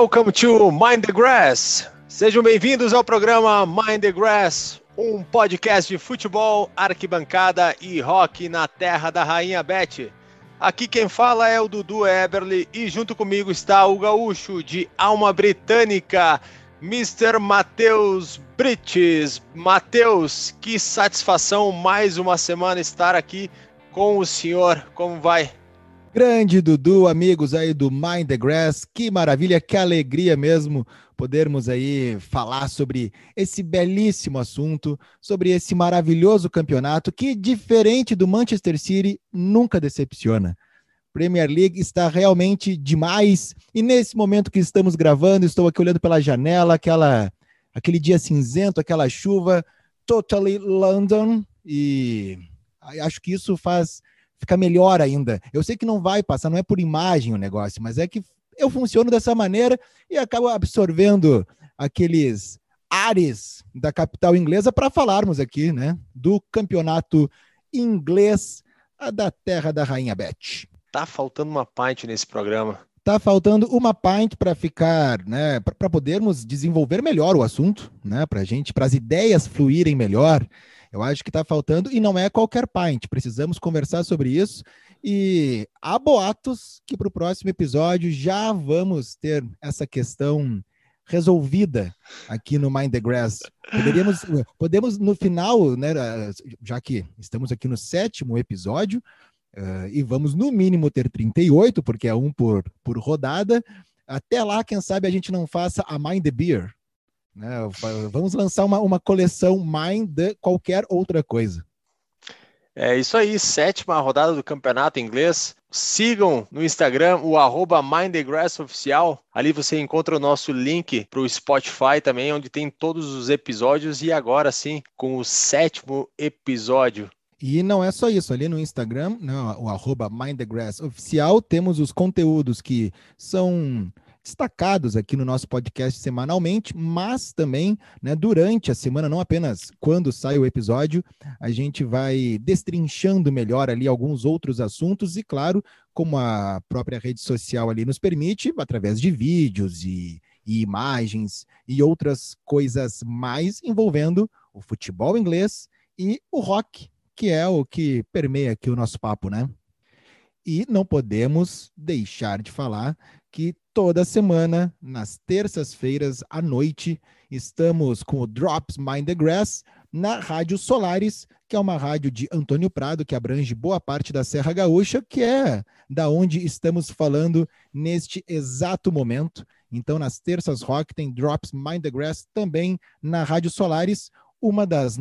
Welcome to Mind the Grass. Sejam bem-vindos ao programa Mind the Grass, um podcast de futebol, arquibancada e rock na terra da Rainha Beth. Aqui quem fala é o Dudu Eberle e junto comigo está o gaúcho de alma britânica, Mr. Matheus Brites. Matheus, que satisfação mais uma semana estar aqui com o senhor. Como vai? Grande Dudu, amigos aí do Mind the Grass, que maravilha, que alegria mesmo podermos aí falar sobre esse belíssimo assunto, sobre esse maravilhoso campeonato que, diferente do Manchester City, nunca decepciona. Premier League está realmente demais e nesse momento que estamos gravando, estou aqui olhando pela janela, aquele dia cinzento, aquela chuva, totally London, e acho que isso fica melhor ainda. Eu sei que não vai passar, não é por imagem o negócio, mas é que eu funciono dessa maneira e acabo absorvendo aqueles ares da capital inglesa para falarmos aqui, né, do campeonato inglês da terra da Rainha Beth. Tá faltando uma pint nesse programa. Tá faltando uma pint para ficar, né, para podermos desenvolver melhor o assunto, né, para as ideias fluírem melhor. Eu acho que está faltando, e não é qualquer pint, precisamos conversar sobre isso, e há boatos que para o próximo episódio já vamos ter essa questão resolvida aqui no Mind the Grass. Podemos no final, né, já que estamos aqui no 7º episódio, e vamos no mínimo ter 38, porque é um por rodada, até lá, quem sabe a gente não faça a Mind the Beer. Vamos lançar uma coleção Mind de qualquer outra coisa. É isso aí, 7ª rodada do campeonato inglês. Sigam no Instagram o @MindTheGrassOficial. Ali você encontra o nosso link para o Spotify também, onde tem todos os episódios. E agora sim, com o 7º episódio. E não é só isso, ali no Instagram, não, o @MindTheGrassOficial, temos os conteúdos que são destacados aqui no nosso podcast semanalmente, mas também, né, durante a semana, não apenas quando sai o episódio, a gente vai destrinchando melhor ali alguns outros assuntos e, claro, como a própria rede social ali nos permite, através de vídeos e imagens e outras coisas mais envolvendo o futebol inglês e o rock, que é o que permeia aqui o nosso papo, né? E não podemos deixar de falar que toda semana, nas terças-feiras à noite, estamos com o Drops Mind the Grass na Rádio Solares, que é uma rádio de Antônio Prado, que abrange boa parte da Serra Gaúcha, que é da onde estamos falando neste exato momento. Então, nas terças rock tem Drops Mind the Grass também na Rádio Solares, um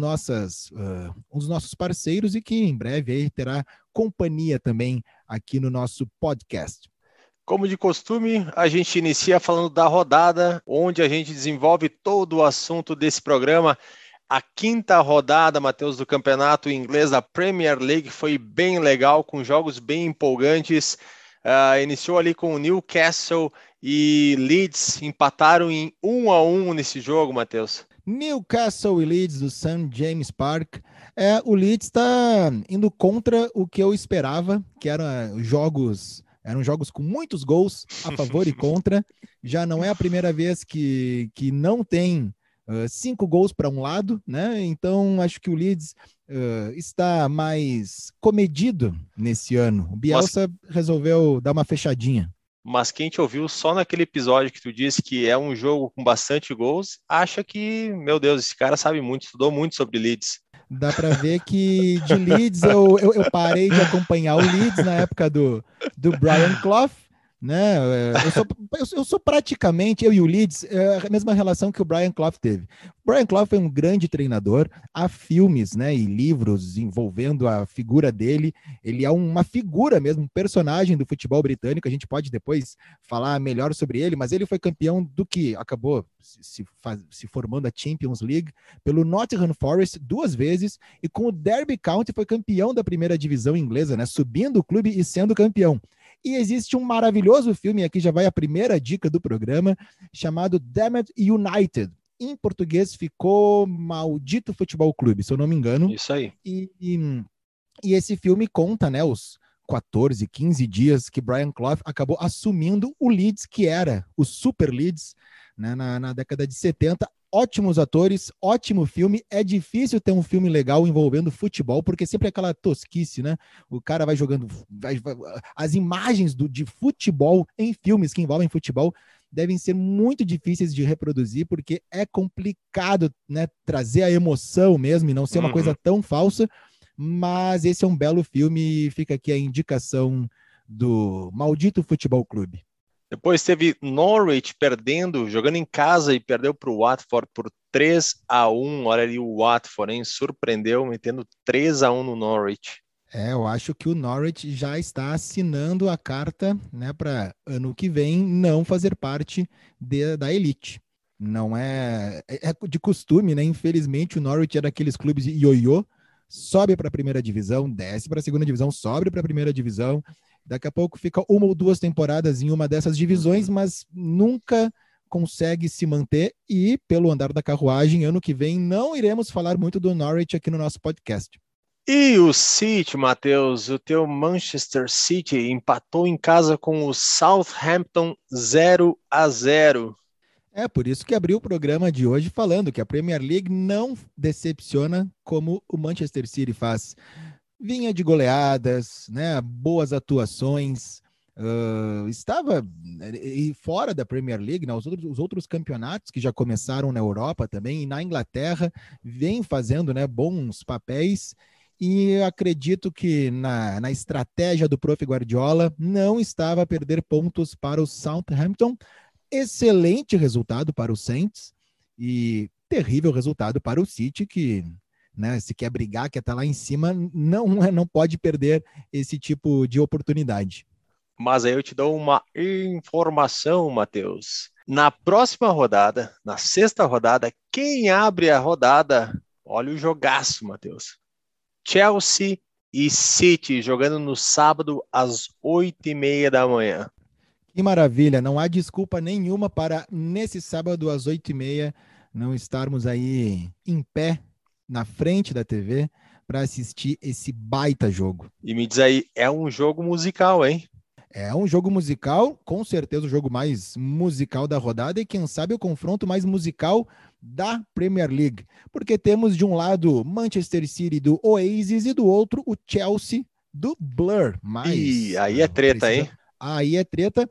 dos nossos parceiros e que em breve aí terá companhia também aqui no nosso podcast. Como de costume, a gente inicia falando da rodada, onde a gente desenvolve todo o assunto desse programa. A 5ª rodada, Matheus, do campeonato inglês da Premier League foi bem legal, com jogos bem empolgantes. Iniciou ali com o Newcastle e Leeds, empataram em 1-1 nesse jogo, Matheus. Newcastle e Leeds do St. James Park. O Leeds está indo contra o que eu esperava, que eram jogos com muitos gols a favor e contra. Já não é a primeira vez que não tem 5 gols para um lado, né? Então acho que o Leeds está mais comedido nesse ano. O Bielsa resolveu dar uma fechadinha. Mas quem te ouviu só naquele episódio que tu disse que é um jogo com bastante gols, acha que, meu Deus, esse cara sabe muito, estudou muito sobre Leeds. Dá para ver que de Leeds eu parei de acompanhar o Leeds na época do Brian Clough, né? Eu sou praticamente, eu e o Leeds, a mesma relação que o Brian Clough teve. O Brian Clough foi um grande treinador, há filmes, né, e livros envolvendo a figura dele. Ele é uma figura mesmo, um personagem do futebol britânico. A gente pode depois falar melhor sobre ele, mas ele foi campeão do que acabou se formando a Champions League pelo Nottingham Forest 2 vezes, e com o Derby County foi campeão da primeira divisão inglesa, né, subindo o clube e sendo campeão. E existe um maravilhoso filme, aqui já vai a primeira dica do programa, chamado Damned United. Em português ficou Maldito Futebol Clube, se eu não me engano. Isso aí. E esse filme conta, né, os 14, 15 dias que Brian Clough acabou assumindo o Leeds, que era o Super Leeds, né, na década de 70. Ótimos atores, ótimo filme. É difícil ter um filme legal envolvendo futebol, porque sempre é aquela tosquice, né? O cara vai jogando... as imagens de futebol em filmes que envolvem futebol devem ser muito difíceis de reproduzir, porque é complicado, né, trazer a emoção mesmo e não ser uma coisa tão falsa. Mas esse é um belo filme e fica aqui a indicação do Maldito Futebol Clube. Depois teve Norwich perdendo, jogando em casa e perdeu para o Watford por 3-1. Olha ali o Watford, hein? Surpreendeu, metendo 3-1 no Norwich. Eu acho que o Norwich já está assinando a carta, né, para ano que vem não fazer parte da elite. Não é de costume, né? Infelizmente o Norwich é daqueles clubes de ioiô, sobe para a primeira divisão, desce para a segunda divisão, sobe para a primeira divisão. Daqui a pouco fica uma ou duas temporadas em uma dessas divisões, mas nunca consegue se manter. E, pelo andar da carruagem, ano que vem não iremos falar muito do Norwich aqui no nosso podcast. E o City, Matheus, o teu Manchester City empatou em casa com o Southampton 0-0. Por isso que abri o programa de hoje falando que a Premier League não decepciona como o Manchester City faz. Vinha de goleadas, né, boas atuações, estava fora da Premier League, né, os outros campeonatos que já começaram na Europa também, e na Inglaterra, vem fazendo, né, bons papéis, e acredito que na estratégia do Prof. Guardiola não estava a perder pontos para o Southampton. Excelente resultado para o Saints e terrível resultado para o City, que, né, se quer brigar, quer estar lá em cima, não pode perder esse tipo de oportunidade. Mas aí eu te dou uma informação, Matheus. Na próxima rodada, na sexta rodada, quem abre a rodada, olha o jogaço, Matheus. Chelsea e City, jogando no sábado às 8h30 da manhã. Que maravilha, não há desculpa nenhuma para, nesse sábado às 8h30, não estarmos aí em pé, na frente da TV, para assistir esse baita jogo. E me diz aí, é um jogo musical, hein? É um jogo musical, com certeza o jogo mais musical da rodada e quem sabe o confronto mais musical da Premier League. Porque temos de um lado Manchester City do Oasis e do outro o Chelsea do Blur. Mas e aí é treta, hein? Aí é treta,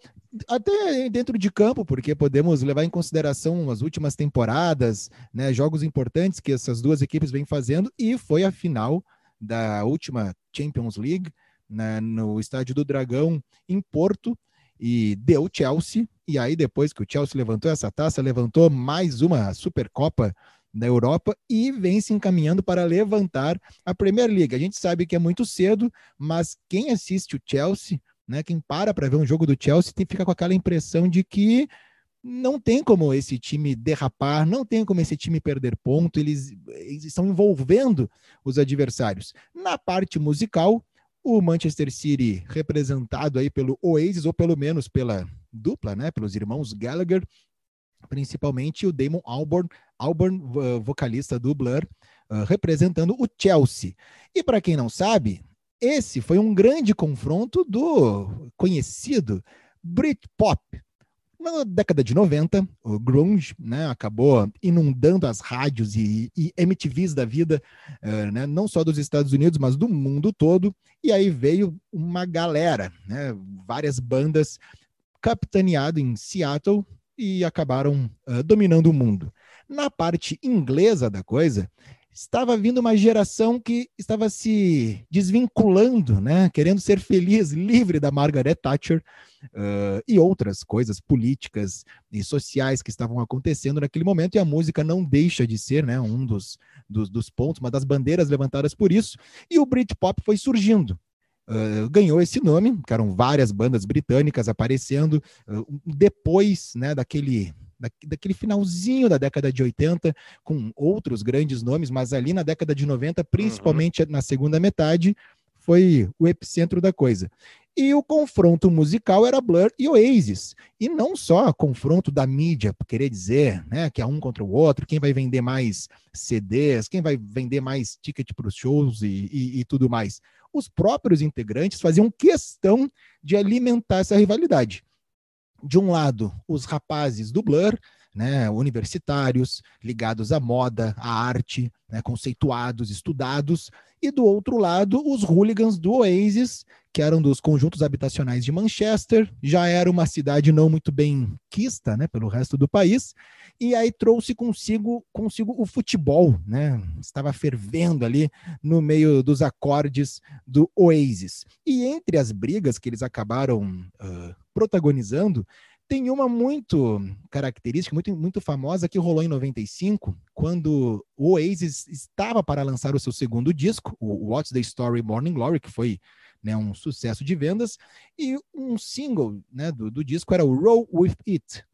até dentro de campo, porque podemos levar em consideração as últimas temporadas, né, jogos importantes que essas duas equipes vêm fazendo, e foi a final da última Champions League, né, no Estádio do Dragão, em Porto, e deu Chelsea, e aí depois que o Chelsea levantou essa taça, levantou mais uma Supercopa da Europa e vem se encaminhando para levantar a Premier League. A gente sabe que é muito cedo, mas quem assiste o Chelsea, né, quem para ver um jogo do Chelsea fica com aquela impressão de que não tem como esse time derrapar, não tem como esse time perder ponto, eles estão envolvendo os adversários. Na parte musical, o Manchester City, representado aí pelo Oasis, ou pelo menos pela dupla, né, pelos irmãos Gallagher, principalmente o Damon Albarn, vocalista do Blur, representando o Chelsea. E para quem não sabe, esse foi um grande confronto do conhecido Britpop. Na década de 90, o grunge, né, acabou inundando as rádios e MTVs da vida, né, não só dos Estados Unidos, mas do mundo todo. E aí veio uma galera, né, várias bandas capitaneado em Seattle e acabaram dominando o mundo. Na parte inglesa da coisa, estava vindo uma geração que estava se desvinculando, né, querendo ser feliz, livre da Margaret Thatcher e outras coisas políticas e sociais que estavam acontecendo naquele momento, e a música não deixa de ser, né, um dos pontos, uma das bandeiras levantadas por isso, e o Britpop foi surgindo. Ganhou esse nome, que eram várias bandas britânicas aparecendo depois, né, daquele finalzinho da década de 80, com outros grandes nomes, mas ali na década de 90, principalmente na segunda metade, foi o epicentro da coisa. E o confronto musical era Blur e Oasis. E não só confronto da mídia, querer dizer, né, que é um contra o outro, quem vai vender mais CDs, quem vai vender mais ticket para os shows e tudo mais. Os próprios integrantes faziam questão de alimentar essa rivalidade. De um lado, os rapazes do Blur, né, universitários, ligados à moda, à arte, né, conceituados, estudados, e do outro lado, os hooligans do Oasis, que eram dos conjuntos habitacionais de Manchester, já era uma cidade não muito bem quista, né, pelo resto do país, e aí trouxe consigo o futebol, né, estava fervendo ali no meio dos acordes do Oasis. E entre as brigas que eles acabaram protagonizando, tem uma muito característica, muito famosa, que rolou em 95, quando o Oasis estava para lançar o seu segundo disco, o What's the Story Morning Glory, que foi, né, um sucesso de vendas, e um single, né, do disco era o Roll With It.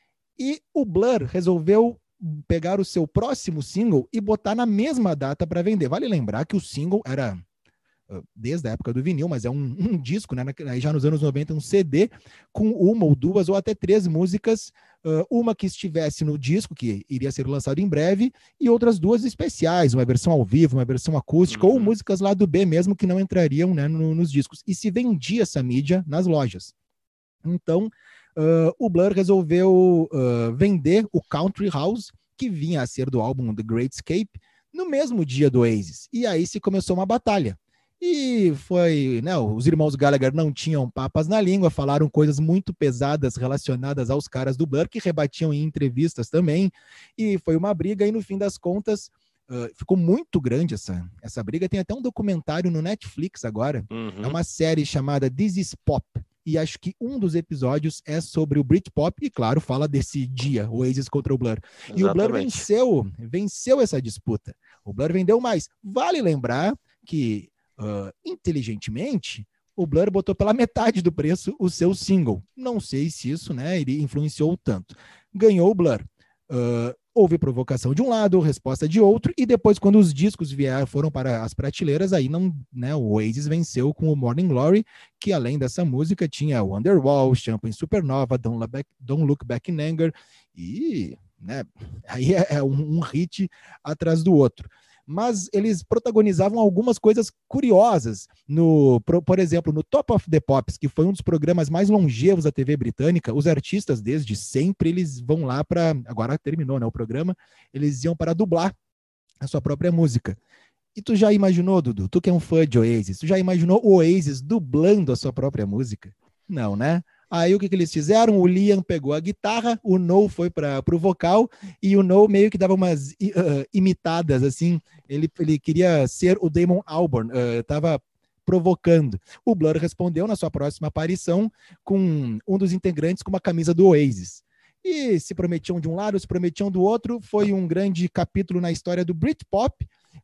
E o Blur resolveu pegar o seu próximo single e botar na mesma data para vender. Vale lembrar que o single era desde a época do vinil, mas é um disco, né? Já nos anos 90, um CD com uma ou duas ou até três músicas, uma que estivesse no disco, que iria ser lançado em breve, e outras duas especiais, uma versão ao vivo, uma versão acústica, ou músicas lá do B mesmo, que não entrariam, né, nos discos. E se vendia essa mídia nas lojas. Então, o Blur resolveu vender o Country House, que vinha a ser do álbum The Great Escape, no mesmo dia do Oasis. E aí se começou uma batalha. E foi, né, os irmãos Gallagher não tinham papas na língua, falaram coisas muito pesadas relacionadas aos caras do Blur, que rebatiam em entrevistas também, e foi uma briga, e no fim das contas, ficou muito grande essa briga. Tem até um documentário no Netflix agora, é uma série chamada This Is Pop, e acho que um dos episódios é sobre o Britpop, e claro, fala desse dia, o Oasis contra o Blur. Exatamente. E o Blur venceu essa disputa. O Blur vendeu mais. Vale lembrar que inteligentemente, o Blur botou pela metade do preço o seu single. Não sei se isso, né, ele influenciou tanto. Ganhou o Blur. Houve provocação de um lado, resposta de outro, e depois, quando os discos foram para as prateleiras, aí não, né, o Oasis venceu com o Morning Glory, que além dessa música tinha Wonderwall, Champagne Supernova, Don't Look Back in Anger, e, né, aí é um hit atrás do outro. Mas eles protagonizavam algumas coisas curiosas, por exemplo, no Top of the Pops, que foi um dos programas mais longevos da TV britânica. Os artistas, desde sempre, eles vão lá para... Agora terminou, né, o programa, eles iam para dublar a sua própria música. E tu já imaginou, Dudu, tu que é um fã de Oasis, tu já imaginou o Oasis dublando a sua própria música? Não, né? Aí o que eles fizeram? O Liam pegou a guitarra, o Noel foi para o vocal, e o Noel meio que dava umas imitadas, assim. Ele queria ser o Damon Albarn, estava provocando. O Blur respondeu na sua próxima aparição com um dos integrantes com uma camisa do Oasis. E se prometiam de um lado, se prometiam do outro. Foi um grande capítulo na história do Britpop.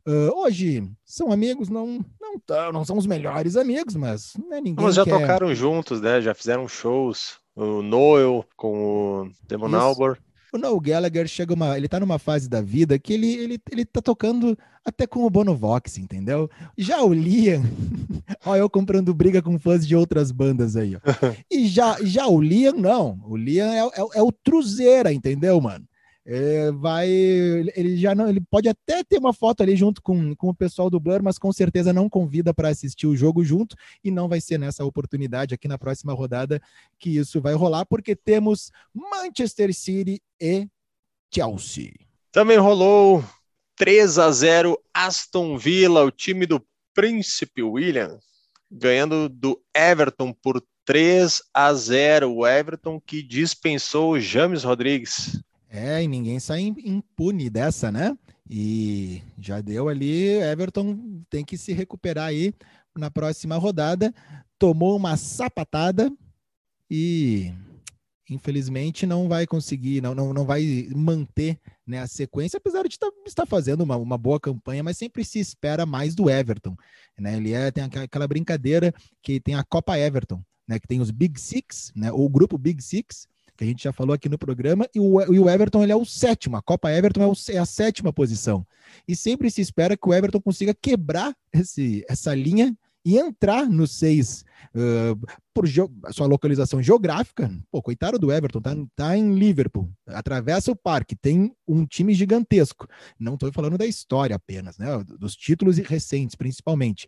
Hoje são amigos, não são os melhores amigos, mas né, ninguém Mas já tocaram juntos, né? Já fizeram shows. O Noel com o Damon Albarn. O Noel Gallagher ele tá numa fase da vida que ele tá tocando até com o Bono Vox, entendeu? Já o Liam, ó, eu comprando briga com fãs de outras bandas aí, ó. E já o Liam, não. O Liam é o truzeira, entendeu, mano? Ele pode até ter uma foto ali junto com o pessoal do Blur, mas com certeza não convida para assistir o jogo junto, e não vai ser nessa oportunidade aqui na próxima rodada que isso vai rolar, porque temos Manchester City e Chelsea. Também rolou 3-0 Aston Villa, o time do Príncipe William, ganhando do Everton por 3-0, o Everton que dispensou o James Rodrigues. E ninguém sai impune dessa, né? E já deu ali, Everton tem que se recuperar aí na próxima rodada. Tomou uma sapatada e, infelizmente, não vai conseguir, não vai manter, né, a sequência, apesar de estar fazendo uma boa campanha, mas sempre se espera mais do Everton, né? Ele tem aquela brincadeira que tem a Copa Everton, né, que tem os Big Six, né, ou o grupo Big Six, que a gente já falou aqui no programa, e o Everton ele é o sétimo, a Copa Everton é a sétima posição, e sempre se espera que o Everton consiga quebrar essa linha e entrar nos 6 por sua localização geográfica. Pô, coitado do Everton, tá em Liverpool, atravessa o parque, tem um time gigantesco. Não estou falando da história apenas, né? Dos títulos recentes, principalmente.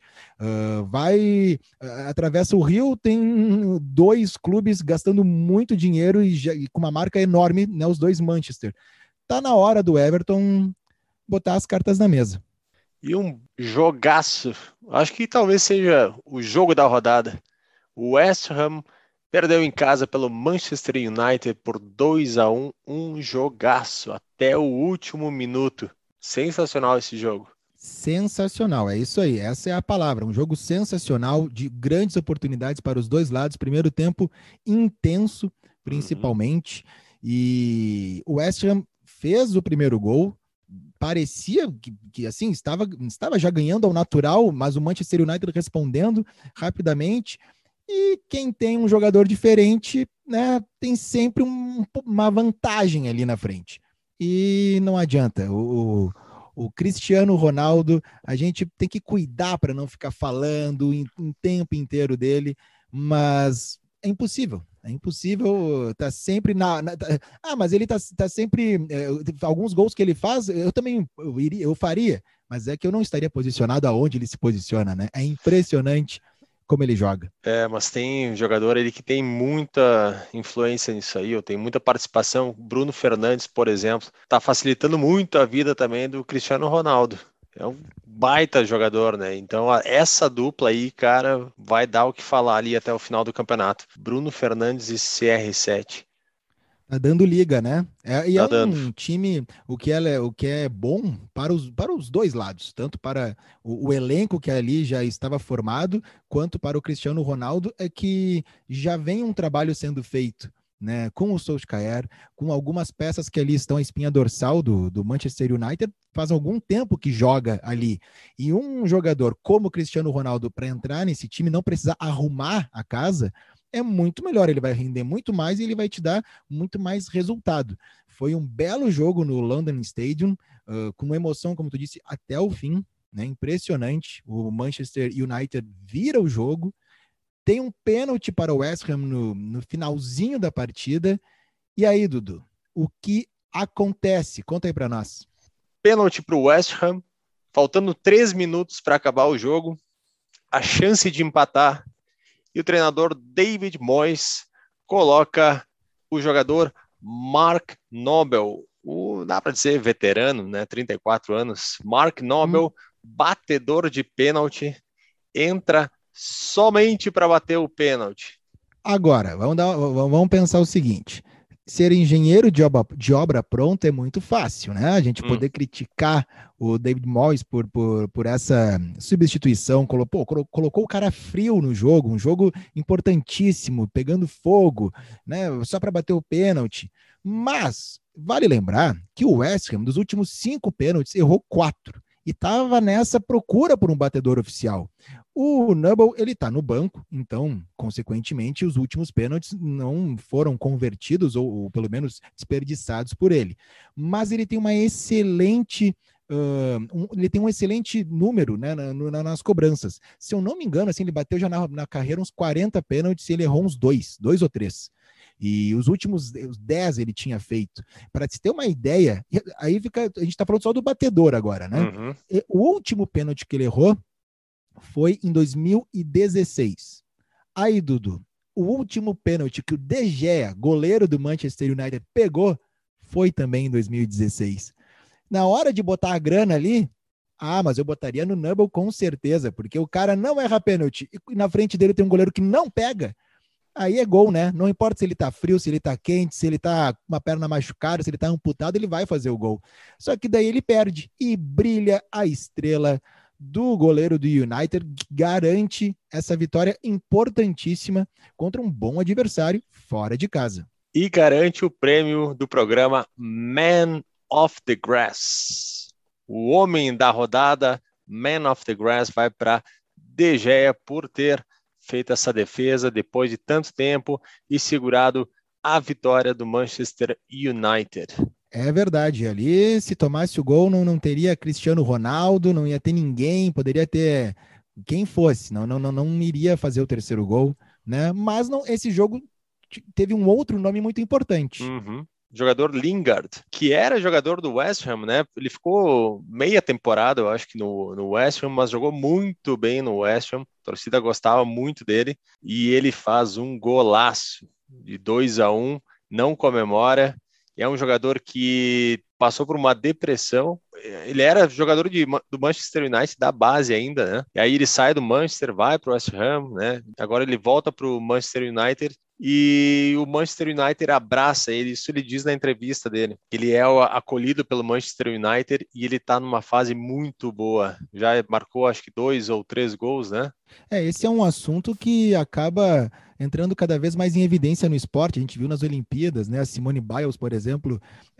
Atravessa o Rio, tem 2 clubes gastando muito dinheiro e com uma marca enorme, né? Os 2 Manchester. Tá na hora do Everton botar as cartas na mesa. E um jogaço, acho que talvez seja o jogo da rodada. O West Ham perdeu em casa pelo Manchester United por 2-1, um jogaço até o último minuto. Sensacional esse jogo. Sensacional, é isso aí, essa é a palavra. Um jogo sensacional, de grandes oportunidades para os 2 lados. Primeiro tempo intenso, principalmente. E o West Ham fez o primeiro gol. Parecia que assim, estava já ganhando ao natural, mas o Manchester United respondendo rapidamente. E quem tem um jogador diferente, né, tem sempre uma vantagem ali na frente. E não adianta. O Cristiano Ronaldo, a gente tem que cuidar para não ficar falando em tempo inteiro dele, mas é impossível. É impossível, tá sempre mas ele tá sempre. Alguns gols que ele faz, eu também eu faria, mas é que eu não estaria posicionado aonde ele se posiciona, né? É impressionante como ele joga. Mas tem um jogador ali que tem muita influência nisso aí, ou tem muita participação. Bruno Fernandes, por exemplo, está facilitando muito a vida também do Cristiano Ronaldo. É um baita jogador, né? Então essa dupla aí, cara, vai dar o que falar ali até o final do campeonato. Bruno Fernandes e CR7. Tá dando liga, né? E é Tá dando. um time, o que é bom para os 2 lados, tanto para o elenco que ali já estava formado, quanto para o Cristiano Ronaldo, é que já vem um trabalho sendo feito, né? Com o Solskjaer, com algumas peças que ali estão a espinha dorsal do Manchester United, faz algum tempo que joga ali. E um jogador como o Cristiano Ronaldo, para entrar nesse time, não precisar arrumar a casa, é muito melhor, ele vai render muito mais e ele vai te dar muito mais resultado. Foi um belo jogo no London Stadium, com emoção, como tu disse, até o fim, né? Impressionante. O Manchester United vira o jogo, tem um pênalti para o West Ham no finalzinho da partida. E aí, Dudu, o que acontece? Conta aí para nós. Pênalti para o West Ham, faltando 3 minutos para acabar o jogo, a chance de empatar. E o treinador David Moyes coloca o jogador Mark Noble, dá para dizer veterano, né? 34 anos. Mark Noble, batedor de pênalti, entra somente para bater o pênalti. Agora, vamos pensar o seguinte: ser engenheiro de obra pronta é muito fácil, né? A gente poder criticar o David Moyes por essa substituição, colocou o cara frio no jogo, um jogo importantíssimo, pegando fogo, né? Só para bater o pênalti. Mas vale lembrar que o West Ham, dos últimos 5 pênaltis, errou 4 e estava nessa procura por um batedor oficial. O Noble, ele está no banco, então, consequentemente, os últimos pênaltis não foram convertidos ou pelo menos desperdiçados por ele. Mas ele tem uma excelente ele tem um excelente número, né, nas cobranças. Se eu não me engano, assim, ele bateu já na carreira uns 40 pênaltis e ele errou uns 2 ou 3. E os últimos 10 ele tinha feito. Para se ter uma ideia, aí a gente está falando só do batedor agora, né? Uhum. O último pênalti que ele errou foi em 2016. Aí, Dudu, o último pênalti que o De Gea, goleiro do Manchester United, pegou foi também em 2016. Na hora de botar a grana ali, mas eu botaria no Noble com certeza, porque o cara não erra pênalti e na frente dele tem um goleiro que não pega. Aí é gol, né? Não importa se ele tá frio, se ele tá quente, se ele tá com uma perna machucada, se ele tá amputado, ele vai fazer o gol. Só que daí ele perde e brilha a estrela do goleiro do United, que garante essa vitória importantíssima contra um bom adversário fora de casa. E garante o prêmio do programa Man of the Grass. O homem da rodada, Man of the Grass, vai para De Gea por ter feito essa defesa depois de tanto tempo e segurado a vitória do Manchester United. É verdade, ali se tomasse o gol não teria Cristiano Ronaldo, não ia ter ninguém, poderia ter quem fosse, não iria fazer o terceiro gol, né? Mas não, esse jogo teve um outro nome muito importante. Uhum. Jogador Lingard, que era jogador do West Ham, né? Ele ficou meia temporada, eu acho que no West Ham, mas jogou muito bem no West Ham. A torcida gostava muito dele e ele faz um golaço de 2-1, não comemora. E é um jogador que passou por uma depressão. Ele era jogador do Manchester United da base ainda, né? E aí ele sai do Manchester, vai para o West Ham, né? Agora ele volta para o Manchester United e o Manchester United abraça ele. Isso ele diz na entrevista dele. Ele é acolhido pelo Manchester United e ele está numa fase muito boa. Já marcou acho que 2 ou 3 gols, né? Esse é um assunto que acaba entrando cada vez mais em evidência no esporte. A gente viu nas Olimpíadas, né? A Simone Biles, por exemplo,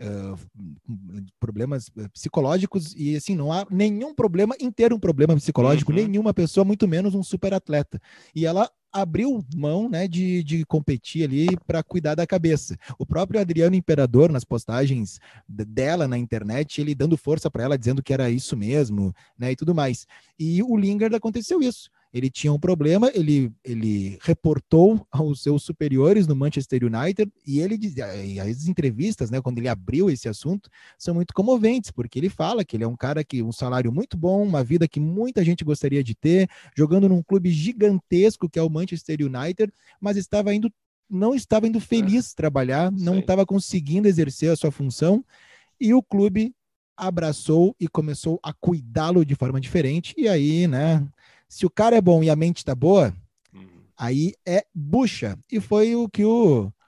problemas psicológicos, e assim, não há nenhum problema em ter um problema psicológico, nenhuma pessoa, muito menos um super atleta. E ela abriu mão, né, de competir ali para cuidar da cabeça. O próprio Adriano Imperador, nas postagens dela na internet, ele dando força para ela, dizendo que era isso mesmo, né, e tudo mais. E o Lingard aconteceu isso. Ele tinha um problema, ele reportou aos seus superiores no Manchester United e as entrevistas, né, quando ele abriu esse assunto, são muito comoventes, porque ele fala que ele é um cara que um salário muito bom, uma vida que muita gente gostaria de ter, jogando num clube gigantesco que é o Manchester United, mas não estava indo feliz trabalhar, não estava conseguindo exercer a sua função, e o clube abraçou e começou a cuidá-lo de forma diferente, e aí, né, se o cara é bom e a mente tá boa, aí é bucha. E foi o que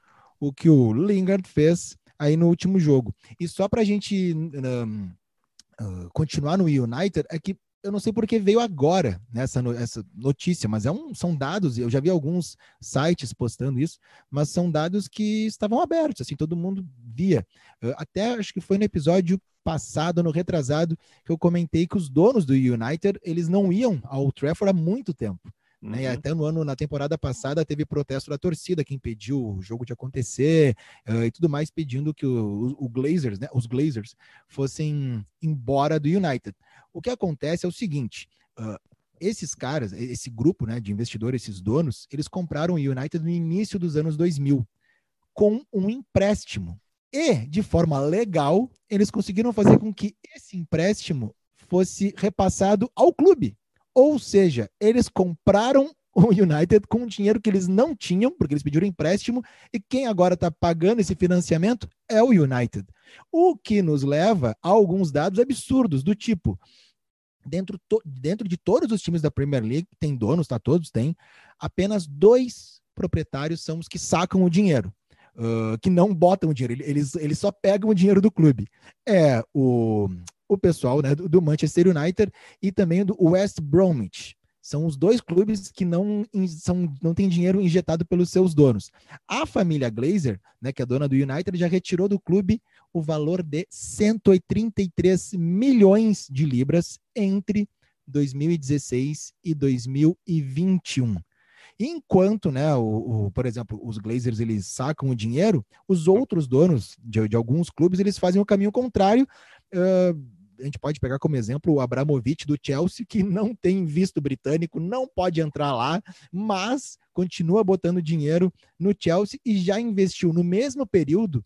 o Lingard fez aí no último jogo. E só pra gente continuar no United, é que eu não sei porque veio agora essa notícia, mas são dados, eu já vi alguns sites postando isso, mas são dados que estavam abertos, assim, todo mundo via. Até acho que foi no episódio passado, no retrasado, que eu comentei que os donos do United, eles não iam ao Trafford há muito tempo. Né? E até na temporada passada, teve protesto da torcida que impediu o jogo de acontecer e tudo mais, pedindo que Glazers, né, os Glazers fossem embora do United. O que acontece é o seguinte, esses caras, esse grupo, né, de investidores, esses donos, eles compraram o United no início dos anos 2000 com um empréstimo. E, de forma legal, eles conseguiram fazer com que esse empréstimo fosse repassado ao clube. Ou seja, eles compraram o United com um dinheiro que eles não tinham, porque eles pediram empréstimo, e quem agora está pagando esse financiamento é o United. O que nos leva a alguns dados absurdos, do tipo, dentro de todos os times da Premier League, tem donos, tá? Todos têm, apenas 2 proprietários são os que sacam o dinheiro. Que não botam o dinheiro, eles só pegam o dinheiro do clube. É o pessoal, né, do Manchester United e também do West Bromwich. São os 2 clubes que não têm dinheiro injetado pelos seus donos. A família Glazer, né, que é dona do United, já retirou do clube o valor de 183 milhões de libras entre 2016 e 2021. Enquanto, né, por exemplo, os Glazers, eles sacam o dinheiro, os outros donos de alguns clubes, eles fazem o caminho contrário. A gente pode pegar como exemplo o Abramovich do Chelsea, que não tem visto britânico, não pode entrar lá, mas continua botando dinheiro no Chelsea e já investiu no mesmo período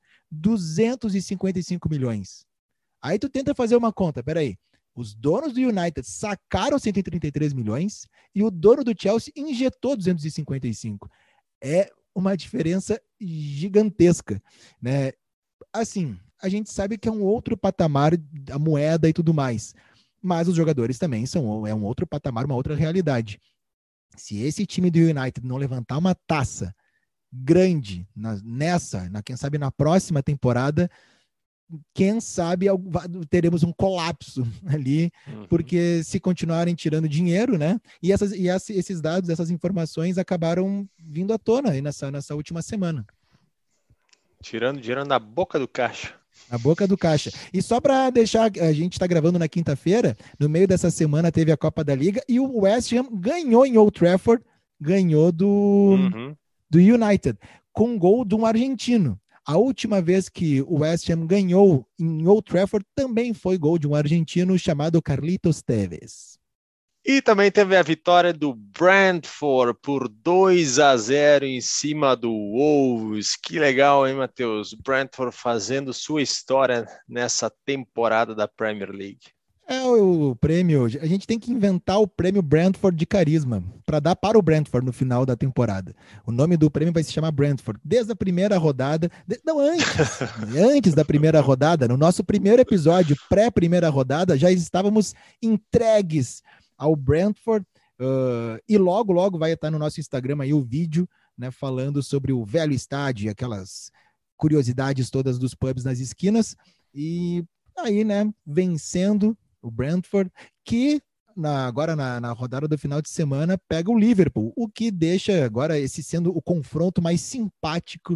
255 milhões. Aí tu tenta fazer uma conta, peraí. Os donos do United sacaram 133 milhões e o dono do Chelsea injetou 255. É uma diferença gigantesca, né? Assim, a gente sabe que é um outro patamar, a moeda e tudo mais, mas os jogadores também é um outro patamar, uma outra realidade. Se esse time do United não levantar uma taça grande quem sabe na próxima temporada, quem sabe teremos um colapso ali, porque se continuarem tirando dinheiro, né? E esses dados, essas informações acabaram vindo à tona aí nessa última semana. Tirando dinheiro na boca do caixa. Na boca do caixa. E só para deixar, a gente está gravando na quinta-feira, no meio dessa semana teve a Copa da Liga e o West Ham ganhou em Old Trafford, ganhou do United, com um gol de um argentino. A última vez que o West Ham ganhou em Old Trafford também foi gol de um argentino chamado Carlitos Tevez. E também teve a vitória do Brentford por 2-0 em cima do Wolves. Que legal, hein, Matheus? Brentford fazendo sua história nessa temporada da Premier League. É o prêmio. A gente tem que inventar o prêmio Brentford de carisma para dar para o Brentford no final da temporada. O nome do prêmio vai se chamar Brentford. Desde a primeira rodada, não antes, antes da primeira rodada, no nosso primeiro episódio, pré-primeira rodada, já estávamos entregues ao Brentford. E logo vai estar no nosso Instagram aí o vídeo, né, falando sobre o velho estádio, aquelas curiosidades todas dos pubs nas esquinas. E aí, né, vencendo o Brentford, que agora na rodada do final de semana pega o Liverpool, o que deixa agora esse sendo o confronto mais simpático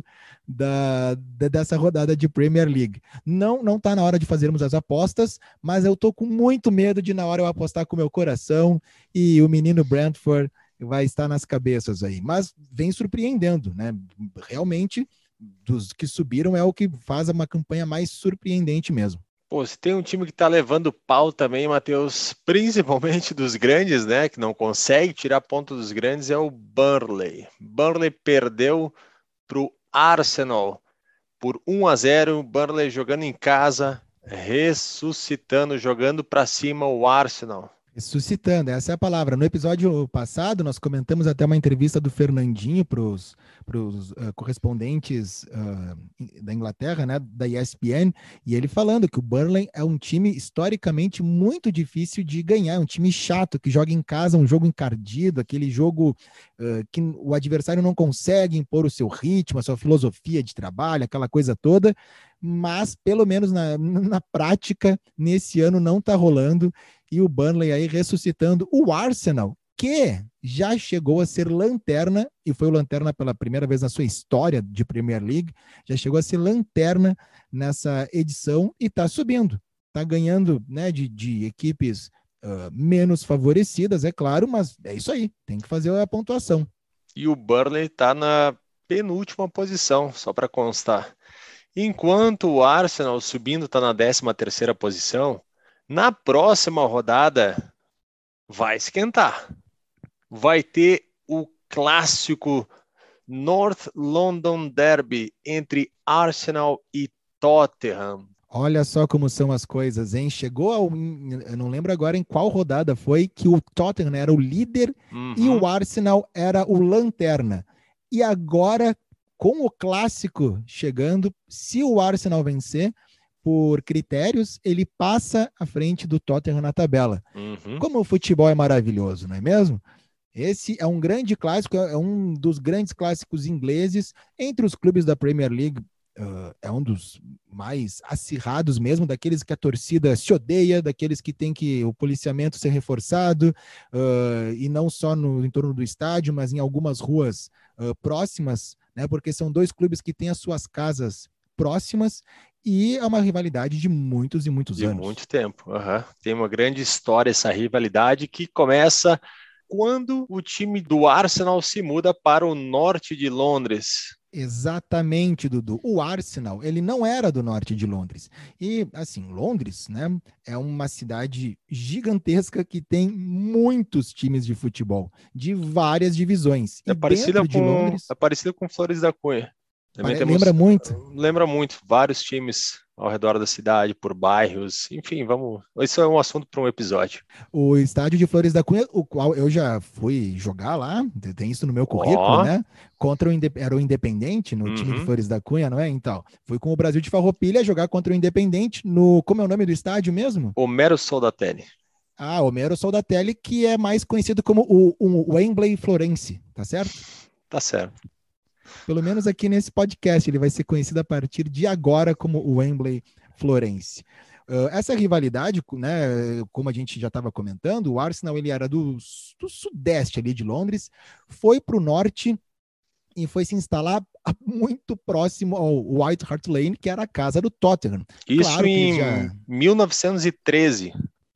dessa rodada de Premier League. Não tá na hora de fazermos as apostas, mas eu tô com muito medo de na hora eu apostar com o meu coração e o menino Brentford vai estar nas cabeças aí. Mas vem surpreendendo, né? Realmente, dos que subiram é o que faz uma campanha mais surpreendente mesmo. Pô, se tem um time que tá levando pau também, Matheus, principalmente dos grandes, né, que não consegue tirar ponto dos grandes, é o Burnley. Burnley perdeu pro Arsenal por 1-0, Burnley jogando em casa, ressuscitando, jogando para cima o Arsenal. Ressuscitando, essa é a palavra. No episódio passado, nós comentamos até uma entrevista do Fernandinho para os correspondentes da Inglaterra, né, da ESPN, e ele falando que o Burnley é um time historicamente muito difícil de ganhar, é um time chato, que joga em casa, um jogo encardido, aquele jogo que o adversário não consegue impor o seu ritmo, a sua filosofia de trabalho, aquela coisa toda, mas pelo menos na prática, nesse ano não está rolando, e o Burnley aí ressuscitando o Arsenal, que já chegou a ser lanterna, e foi o lanterna pela primeira vez na sua história de Premier League, já chegou a ser lanterna nessa edição e está subindo. Está ganhando, né, de equipes menos favorecidas, é claro, mas é isso aí, tem que fazer a pontuação. E o Burnley está na penúltima posição, só para constar. Enquanto o Arsenal subindo está na 13ª posição, na próxima rodada vai esquentar. Vai ter o clássico North London Derby entre Arsenal e Tottenham. Olha só como são as coisas, hein? Eu não lembro agora em qual rodada foi que o Tottenham era o líder e o Arsenal era o lanterna. E agora, com o clássico chegando, se o Arsenal vencer, por critérios, ele passa à frente do Tottenham na tabela. Como o futebol é maravilhoso, não é mesmo? Esse é um grande clássico, é um dos grandes clássicos ingleses entre os clubes da Premier League. É um dos mais acirrados mesmo, daqueles que a torcida se odeia, daqueles que tem que o policiamento ser reforçado, e não só no entorno do estádio, mas em algumas ruas próximas, né? Porque são dois clubes que têm as suas casas próximas e é uma rivalidade de muitos e muitos anos. De muito tempo. Tem uma grande história essa rivalidade que começa quando o time do Arsenal se muda para o norte de Londres. Exatamente, Dudu. O Arsenal, ele não era do norte de Londres. E, assim, Londres, né, é uma cidade gigantesca que tem muitos times de futebol, de várias divisões. É parecida com Londres, é parecida com Flores da Cunha. Lembra muito? Lembra muito. Vários times ao redor da cidade, por bairros. Enfim, vamos. Isso é um assunto para um episódio. O estádio de Flores da Cunha, o qual eu já fui jogar lá, tem isso no meu currículo, né? Era o Independente, no time de Flores da Cunha, não é? Então, fui com o Brasil de Farroupilha jogar contra o Independente no. Como é o nome do estádio mesmo? Homero Soldatelli. Homero Soldatelli, que é mais conhecido como o Wembley Florense, tá certo? Tá certo. Pelo menos aqui nesse podcast, ele vai ser conhecido a partir de agora como o Wembley Florense. Essa rivalidade, né, como a gente já estava comentando, o Arsenal ele era do sudeste ali de Londres, foi para o norte e foi se instalar muito próximo ao White Hart Lane, que era a casa do Tottenham. Isso claro em 1913.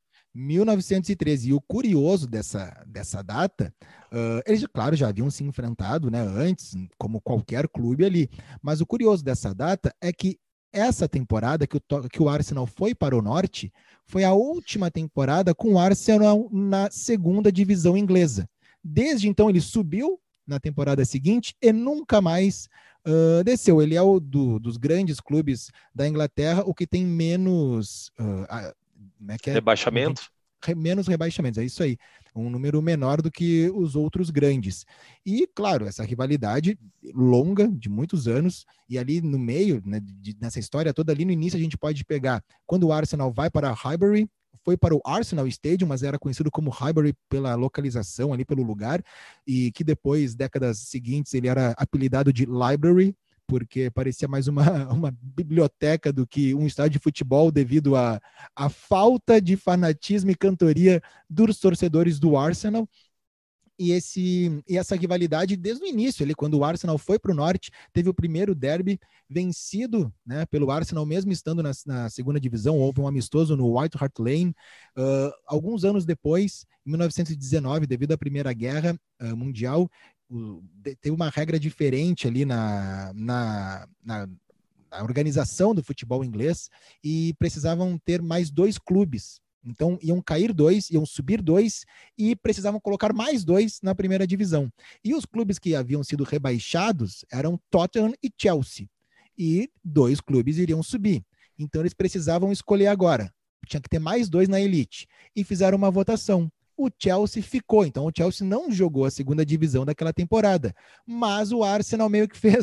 1913. E o curioso dessa data, eles, claro, já haviam se enfrentado, né, antes, como qualquer clube ali. Mas o curioso dessa data é que essa temporada que o Arsenal foi para o Norte foi a última temporada com o Arsenal na segunda divisão inglesa. Desde então ele subiu na temporada seguinte e nunca mais desceu. Ele é dos grandes clubes da Inglaterra, o que tem menos rebaixamento. Menos rebaixamentos, é isso aí. Um número menor do que os outros grandes. E, claro, essa rivalidade longa, de muitos anos, e ali no meio, né, nessa história toda, ali no início a gente pode pegar, quando o Arsenal vai para Highbury, foi para o Arsenal Stadium, mas era conhecido como Highbury pela localização ali, pelo lugar, e que depois, décadas seguintes, ele era apelidado de Library, porque parecia mais uma biblioteca do que um estádio de futebol devido à falta de fanatismo e cantoria dos torcedores do Arsenal. E essa rivalidade desde o início, quando o Arsenal foi para o Norte, teve o primeiro derby vencido, né, pelo Arsenal, mesmo estando na segunda divisão. Houve um amistoso no White Hart Lane. Alguns anos depois, em 1919, devido à Primeira Guerra Mundial, teve uma regra diferente ali na organização do futebol inglês e precisavam ter mais 2 clubes. Então, iam cair 2, iam subir 2 e precisavam colocar mais 2 na primeira divisão. E os clubes que haviam sido rebaixados eram Tottenham e Chelsea. E 2 clubes iriam subir. Então, eles precisavam escolher agora. Tinha que ter mais 2 na elite. E fizeram uma votação. O Chelsea ficou, então o Chelsea não jogou a segunda divisão daquela temporada, mas o Arsenal meio que fez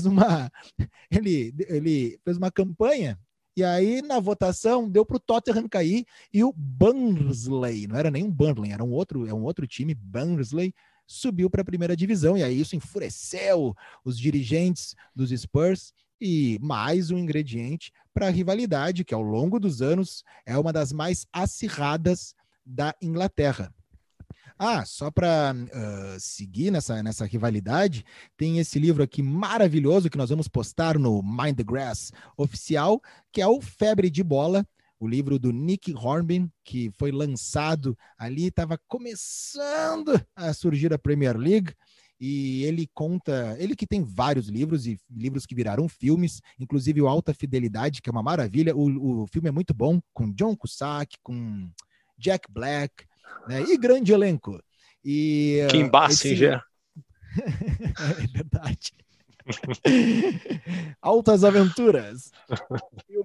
ele fez uma campanha, e aí na votação deu para o Tottenham cair, e o Barnsley, não era nem um Burnley, era um outro time, Barnsley, subiu para a primeira divisão, e aí isso enfureceu os dirigentes dos Spurs, e mais um ingrediente para a rivalidade, que ao longo dos anos é uma das mais acirradas da Inglaterra. Só para seguir nessa rivalidade, tem esse livro aqui maravilhoso que nós vamos postar no Mind the Grass oficial, que é o Febre de Bola, o livro do Nick Hornby, que foi lançado ali, estava começando a surgir a Premier League, e ele que tem vários livros, e livros que viraram filmes, inclusive o Alta Fidelidade, que é uma maravilha. O filme é muito bom, com John Cusack, com Jack Black, né? E grande elenco. E Kim Basinger. É verdade. Altas aventuras. E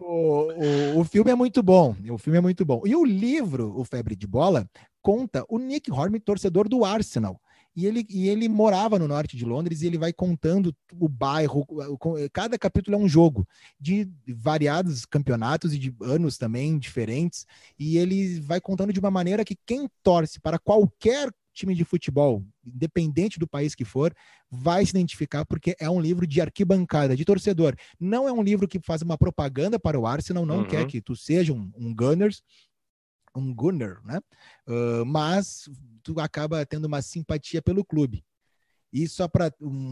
o filme é muito bom. E o livro, O Febre de Bola, conta o Nick Hornby, torcedor do Arsenal. E ele morava no norte de Londres, e ele vai contando o bairro. Cada capítulo é um jogo de variados campeonatos e de anos também diferentes. E ele vai contando de uma maneira que quem torce para qualquer time de futebol, independente do país que for, vai se identificar, porque é um livro de arquibancada, de torcedor. Não é um livro que faz uma propaganda para o Arsenal, não quer que tu seja um Gunners, um Gunner, né? Mas tu acaba tendo uma simpatia pelo clube. E só para,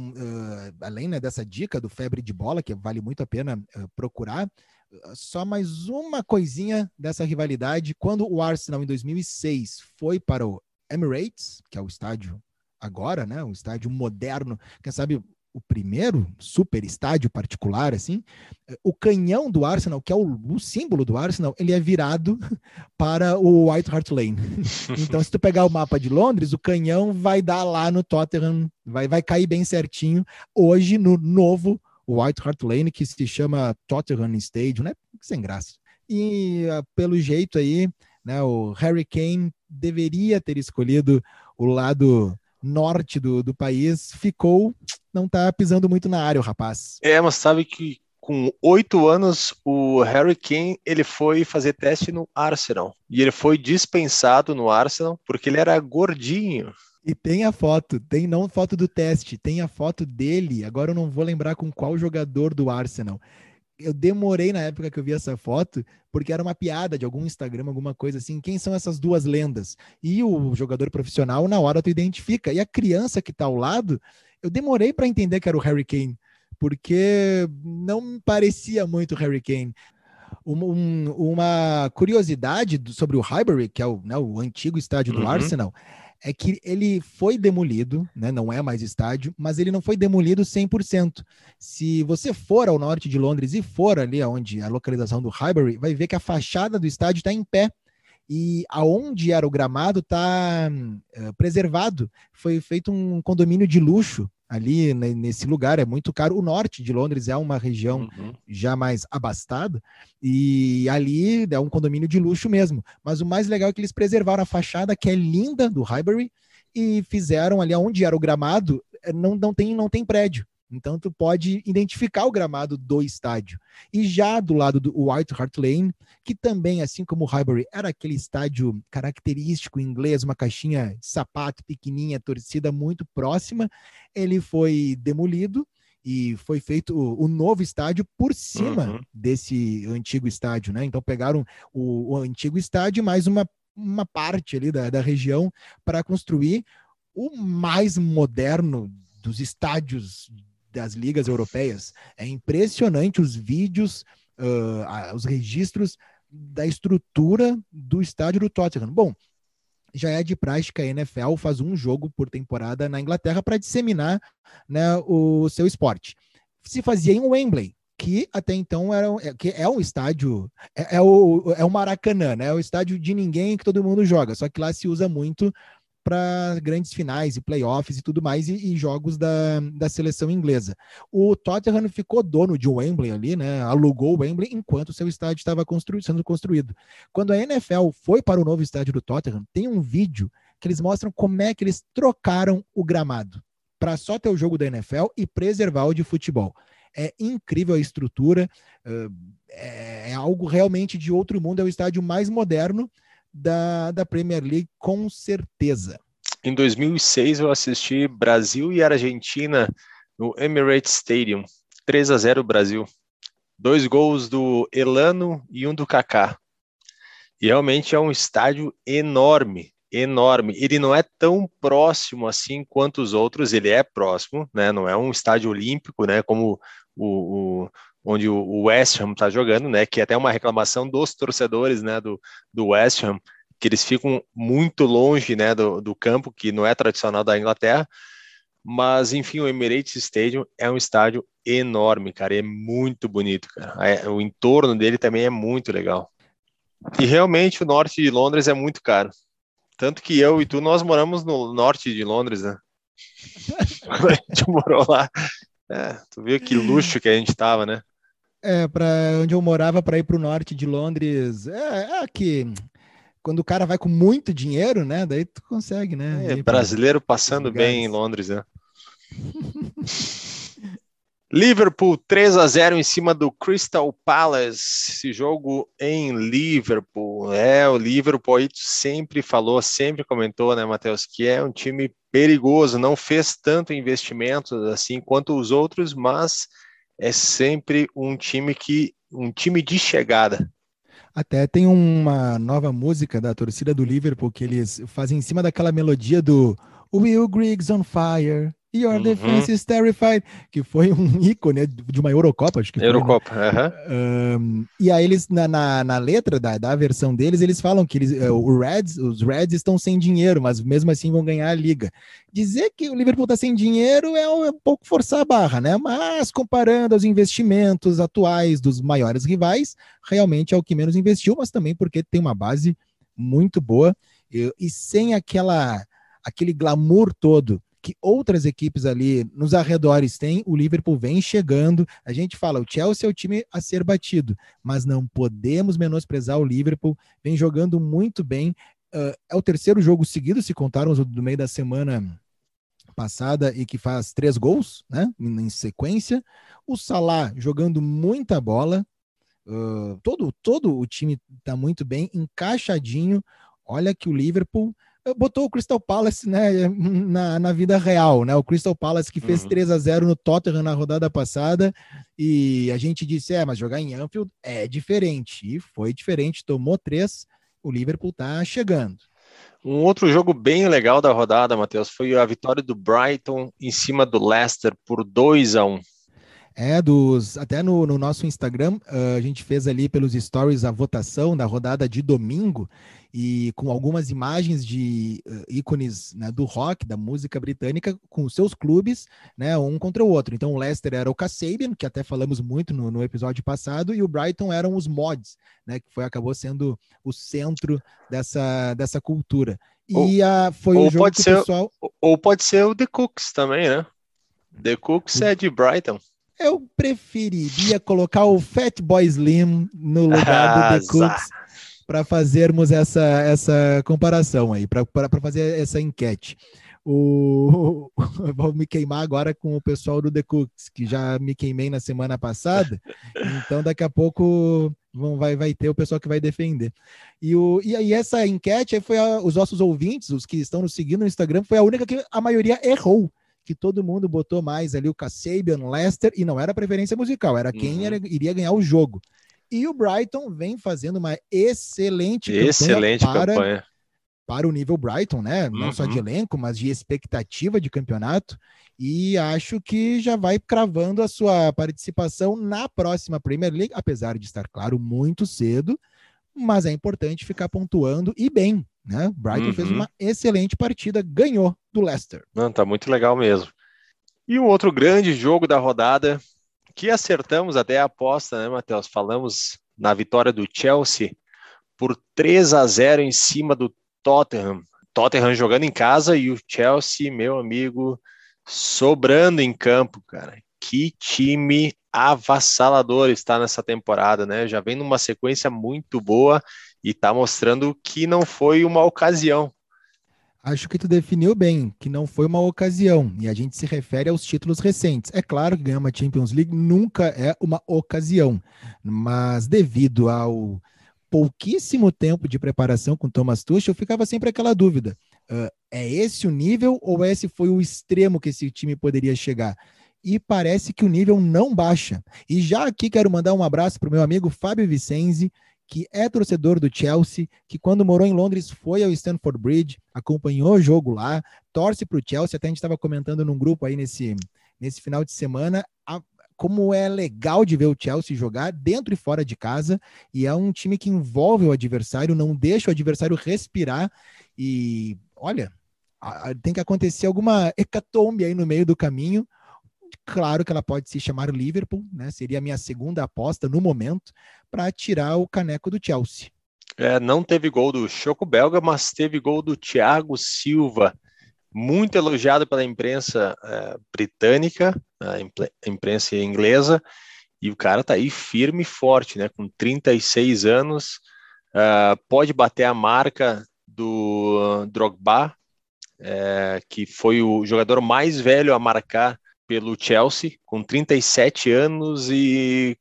além, né, dessa dica do Febre de Bola, que vale muito a pena procurar, só mais uma coisinha dessa rivalidade. Quando o Arsenal, em 2006, foi para o Emirates, que é o estádio agora, né, um estádio moderno, quem sabe o primeiro super estádio particular, assim, o canhão do Arsenal, que é o símbolo do Arsenal, ele é virado para o White Hart Lane. Então, se tu pegar o mapa de Londres, o canhão vai dar lá no Tottenham, vai cair bem certinho, hoje no novo White Hart Lane, que se chama Tottenham Stadium, né? Sem graça. E, pelo jeito aí, né, o Harry Kane deveria ter escolhido o lado norte do país, não tá pisando muito na área, o rapaz. Mas sabe que com 8 anos, o Harry Kane, ele foi fazer teste no Arsenal. E ele foi dispensado no Arsenal porque ele era gordinho. E tem a foto, não foto do teste, tem a foto dele. Agora eu não vou lembrar com qual jogador do Arsenal. Eu demorei na época que eu vi essa foto, porque era uma piada de algum Instagram, alguma coisa assim. Quem são essas duas lendas? E o jogador profissional, na hora tu identifica. E a criança que tá ao lado, eu demorei para entender que era o Harry Kane, porque não me parecia muito Harry Kane. Uma curiosidade sobre o Highbury, que é o antigo estádio do Arsenal, é que ele foi demolido, né? Não é mais estádio, mas ele não foi demolido 100%. Se você for ao norte de Londres e for ali onde a localização do Highbury, vai ver que a fachada do estádio está em pé. E aonde era o gramado está preservado. Foi feito um condomínio de luxo ali nesse lugar, é muito caro. O norte de Londres é uma região já mais abastada, e ali é um condomínio de luxo mesmo. Mas o mais legal é que eles preservaram a fachada, que é linda, do Highbury, e fizeram ali onde era o gramado, não tem prédio. Então tu pode identificar o gramado do estádio. E já do lado do White Hart Lane, que também, assim como o Highbury, era aquele estádio característico inglês, uma caixinha de sapato pequenininha, torcida muito próxima, ele foi demolido e foi feito o novo estádio por cima desse antigo estádio, né? Então pegaram o antigo estádio mais uma parte ali da região para construir o mais moderno dos estádios das ligas europeias. É impressionante os vídeos, os registros da estrutura do estádio do Tottenham. Bom, já é de prática, a NFL faz um jogo por temporada na Inglaterra para disseminar, né, o seu esporte. Se fazia em Wembley, que até então que é um estádio, é o Maracanã, né? É o estádio de ninguém que todo mundo joga, só que lá se usa muito para grandes finais e playoffs e tudo mais, e jogos da seleção inglesa. O Tottenham ficou dono de Wembley ali, né? Alugou o Wembley enquanto o seu estádio estava sendo construído. Quando a NFL foi para o novo estádio do Tottenham, tem um vídeo que eles mostram como é que eles trocaram o gramado para só ter o jogo da NFL e preservar o de futebol. É incrível a estrutura, é algo realmente de outro mundo, é o estádio mais moderno da Premier League, com certeza. Em 2006 eu assisti Brasil e Argentina no Emirates Stadium, 3-0 Brasil. 2 gols do Elano e um do Kaká. E realmente é um estádio enorme, enorme. Ele não é tão próximo assim quanto os outros, ele é próximo, né? Não é um estádio olímpico, né? Como onde o West Ham está jogando, né? Que é até uma reclamação dos torcedores, né? Do West Ham, que eles ficam muito longe, né? Do campo, que não é tradicional da Inglaterra. Mas, enfim, o Emirates Stadium é um estádio enorme, cara. É muito bonito, cara. O entorno dele também é muito legal. E realmente o norte de Londres é muito caro. Tanto que eu e tu, nós moramos no norte de Londres, né? Quando a gente morou lá. Tu viu que luxo que a gente tava, né? Para onde eu morava, para ir para o norte de Londres, que quando o cara vai com muito dinheiro, né? Daí tu consegue, né? Brasileiro passando bem em Londres, né? Liverpool 3-0 em cima do Crystal Palace. Esse jogo em Liverpool. O Liverpool aí sempre falou, sempre comentou, né, Matheus, que é um time perigoso, não fez tanto investimento assim quanto os outros, mas é sempre um time de chegada. Até tem uma nova música da torcida do Liverpool que eles fazem em cima daquela melodia do Will Griggs on Fire, Your Defense is Terrified, que foi um ícone de uma Eurocopa, acho que Eurocopa, foi, né? E aí eles, na letra da versão deles, eles falam que os Reds estão sem dinheiro, mas mesmo assim vão ganhar a Liga. Dizer que o Liverpool está sem dinheiro é um pouco forçar a barra, né? Mas comparando aos investimentos atuais dos maiores rivais, realmente é o que menos investiu, mas também porque tem uma base muito boa e sem aquele glamour todo que outras equipes ali nos arredores têm, o Liverpool vem chegando. A gente fala, o Chelsea é o time a ser batido, mas não podemos menosprezar o Liverpool, vem jogando muito bem. É o terceiro jogo seguido, se contarmos do meio da semana passada, e que faz 3 gols, né, em sequência. O Salah jogando muita bola, todo o time está muito bem, encaixadinho. Olha que o Liverpool botou o Crystal Palace, né, na vida real, né? O Crystal Palace que fez 3-0 no Tottenham na rodada passada, e a gente disse, mas jogar em Anfield é diferente, e foi diferente, tomou 3, o Liverpool tá chegando. Um outro jogo bem legal da rodada, Matheus, foi a vitória do Brighton em cima do Leicester por 2-1. Até no nosso Instagram, a gente fez ali pelos stories a votação da rodada de domingo e com algumas imagens de ícones, né, do rock, da música britânica, com os seus clubes, né, um contra o outro. Então o Leicester era o Kasabian, que até falamos muito no episódio passado, e o Brighton eram os Mods, né, que acabou sendo o centro dessa cultura. Ou, E foi o ou jogo pode que o ser, pessoal... ou pode ser o The Cooks também, né? The Cooks é de Brighton. Eu preferiria colocar o Fatboy Slim no lugar do The Azar. Cooks para fazermos essa comparação aí, para fazer essa enquete. Vou me queimar agora com o pessoal do The Cooks, que já me queimei na semana passada, então daqui a pouco vai ter o pessoal que vai defender. E aí essa enquete foi os nossos ouvintes, os que estão nos seguindo no Instagram, foi a única que a maioria errou, que todo mundo botou mais ali o Kasabian, Leicester, e não era preferência musical, era quem iria ganhar o jogo. E o Brighton vem fazendo uma excelente campanha para o nível Brighton, né? Não só de elenco, mas de expectativa de campeonato. E acho que já vai cravando a sua participação na próxima Premier League, apesar de estar, claro, muito cedo, mas é importante ficar pontuando e bem, né? Brighton fez uma excelente partida, ganhou do Leicester. Não, tá muito legal mesmo. E um outro grande jogo da rodada, que acertamos até a aposta, né, Matheus? Falamos na vitória do Chelsea por 3-0 em cima do Tottenham. Tottenham jogando em casa e o Chelsea, meu amigo, sobrando em campo, cara. Que time avassalador está nessa temporada, né? Já vem numa sequência muito boa e tá mostrando que não foi uma ocasião. Acho que tu definiu bem, que não foi uma ocasião, e a gente se refere aos títulos recentes. É claro que ganhar uma Champions League nunca é uma ocasião, mas devido ao pouquíssimo tempo de preparação com Thomas Tuchel, ficava sempre aquela dúvida. É esse o nível ou esse foi o extremo que esse time poderia chegar? E parece que o nível não baixa. E já aqui quero mandar um abraço para o meu amigo Fábio Vicenzi, que é torcedor do Chelsea, que quando morou em Londres foi ao Stamford Bridge, acompanhou o jogo lá, torce para o Chelsea, até a gente estava comentando num grupo aí nesse final de semana, como é legal de ver o Chelsea jogar dentro e fora de casa, e é um time que envolve o adversário, não deixa o adversário respirar, e olha, tem que acontecer alguma hecatombe aí no meio do caminho. Claro que ela pode se chamar Liverpool, né? Seria a minha segunda aposta no momento para tirar o caneco do Chelsea. Não teve gol do Choco Belga, mas teve gol do Thiago Silva, muito elogiado pela imprensa britânica, a imprensa inglesa, e o cara tá aí firme e forte, né? Com 36 anos, pode bater a marca do Drogba, que foi o jogador mais velho a marcar pelo Chelsea, com 37 anos e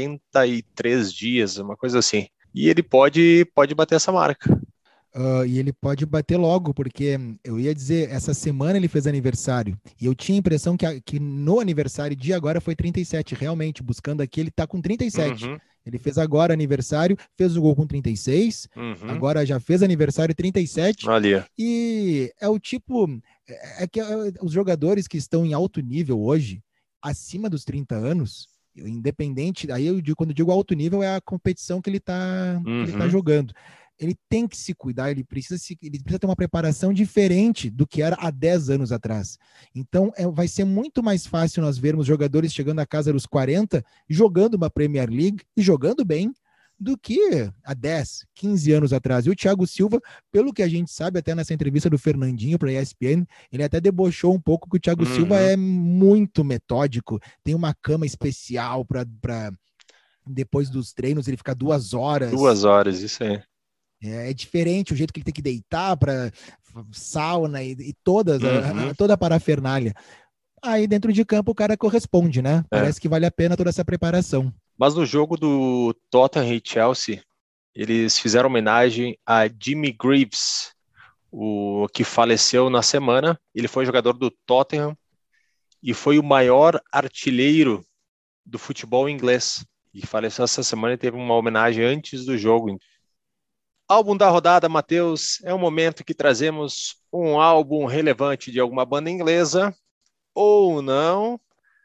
43 dias, uma coisa assim. E ele pode bater essa marca. E ele pode bater logo, porque eu ia dizer, essa semana ele fez aniversário, e eu tinha a impressão que no aniversário de agora foi 37, realmente, buscando aqui, ele tá com 37. Ele fez agora aniversário, fez o gol com 36, agora já fez aniversário 37, ali. E é o tipo, que os jogadores que estão em alto nível hoje, acima dos 30 anos, independente, aí quando eu digo alto nível é a competição que ele tá jogando. Ele tem que se cuidar, ele precisa ter uma preparação diferente do que era há 10 anos atrás. Então, vai ser muito mais fácil nós vermos jogadores chegando à casa dos 40, jogando uma Premier League e jogando bem, do que há 10, 15 anos atrás. E o Thiago Silva, pelo que a gente sabe, até nessa entrevista do Fernandinho para a ESPN, ele até debochou um pouco que o Thiago Silva é muito metódico, tem uma cama especial para depois dos treinos ele ficar 2 horas. 2 horas, isso aí. É diferente o jeito que ele tem que deitar para sauna e toda a parafernália. Aí dentro de campo o cara corresponde, né? Parece que vale a pena toda essa preparação. Mas no jogo do Tottenham e Chelsea, eles fizeram homenagem a Jimmy Greaves, o que faleceu na semana. Ele foi jogador do Tottenham e foi o maior artilheiro do futebol inglês. E faleceu essa semana e teve uma homenagem antes do jogo. Álbum da rodada, Matheus, é um momento que trazemos um álbum relevante de alguma banda inglesa ou não,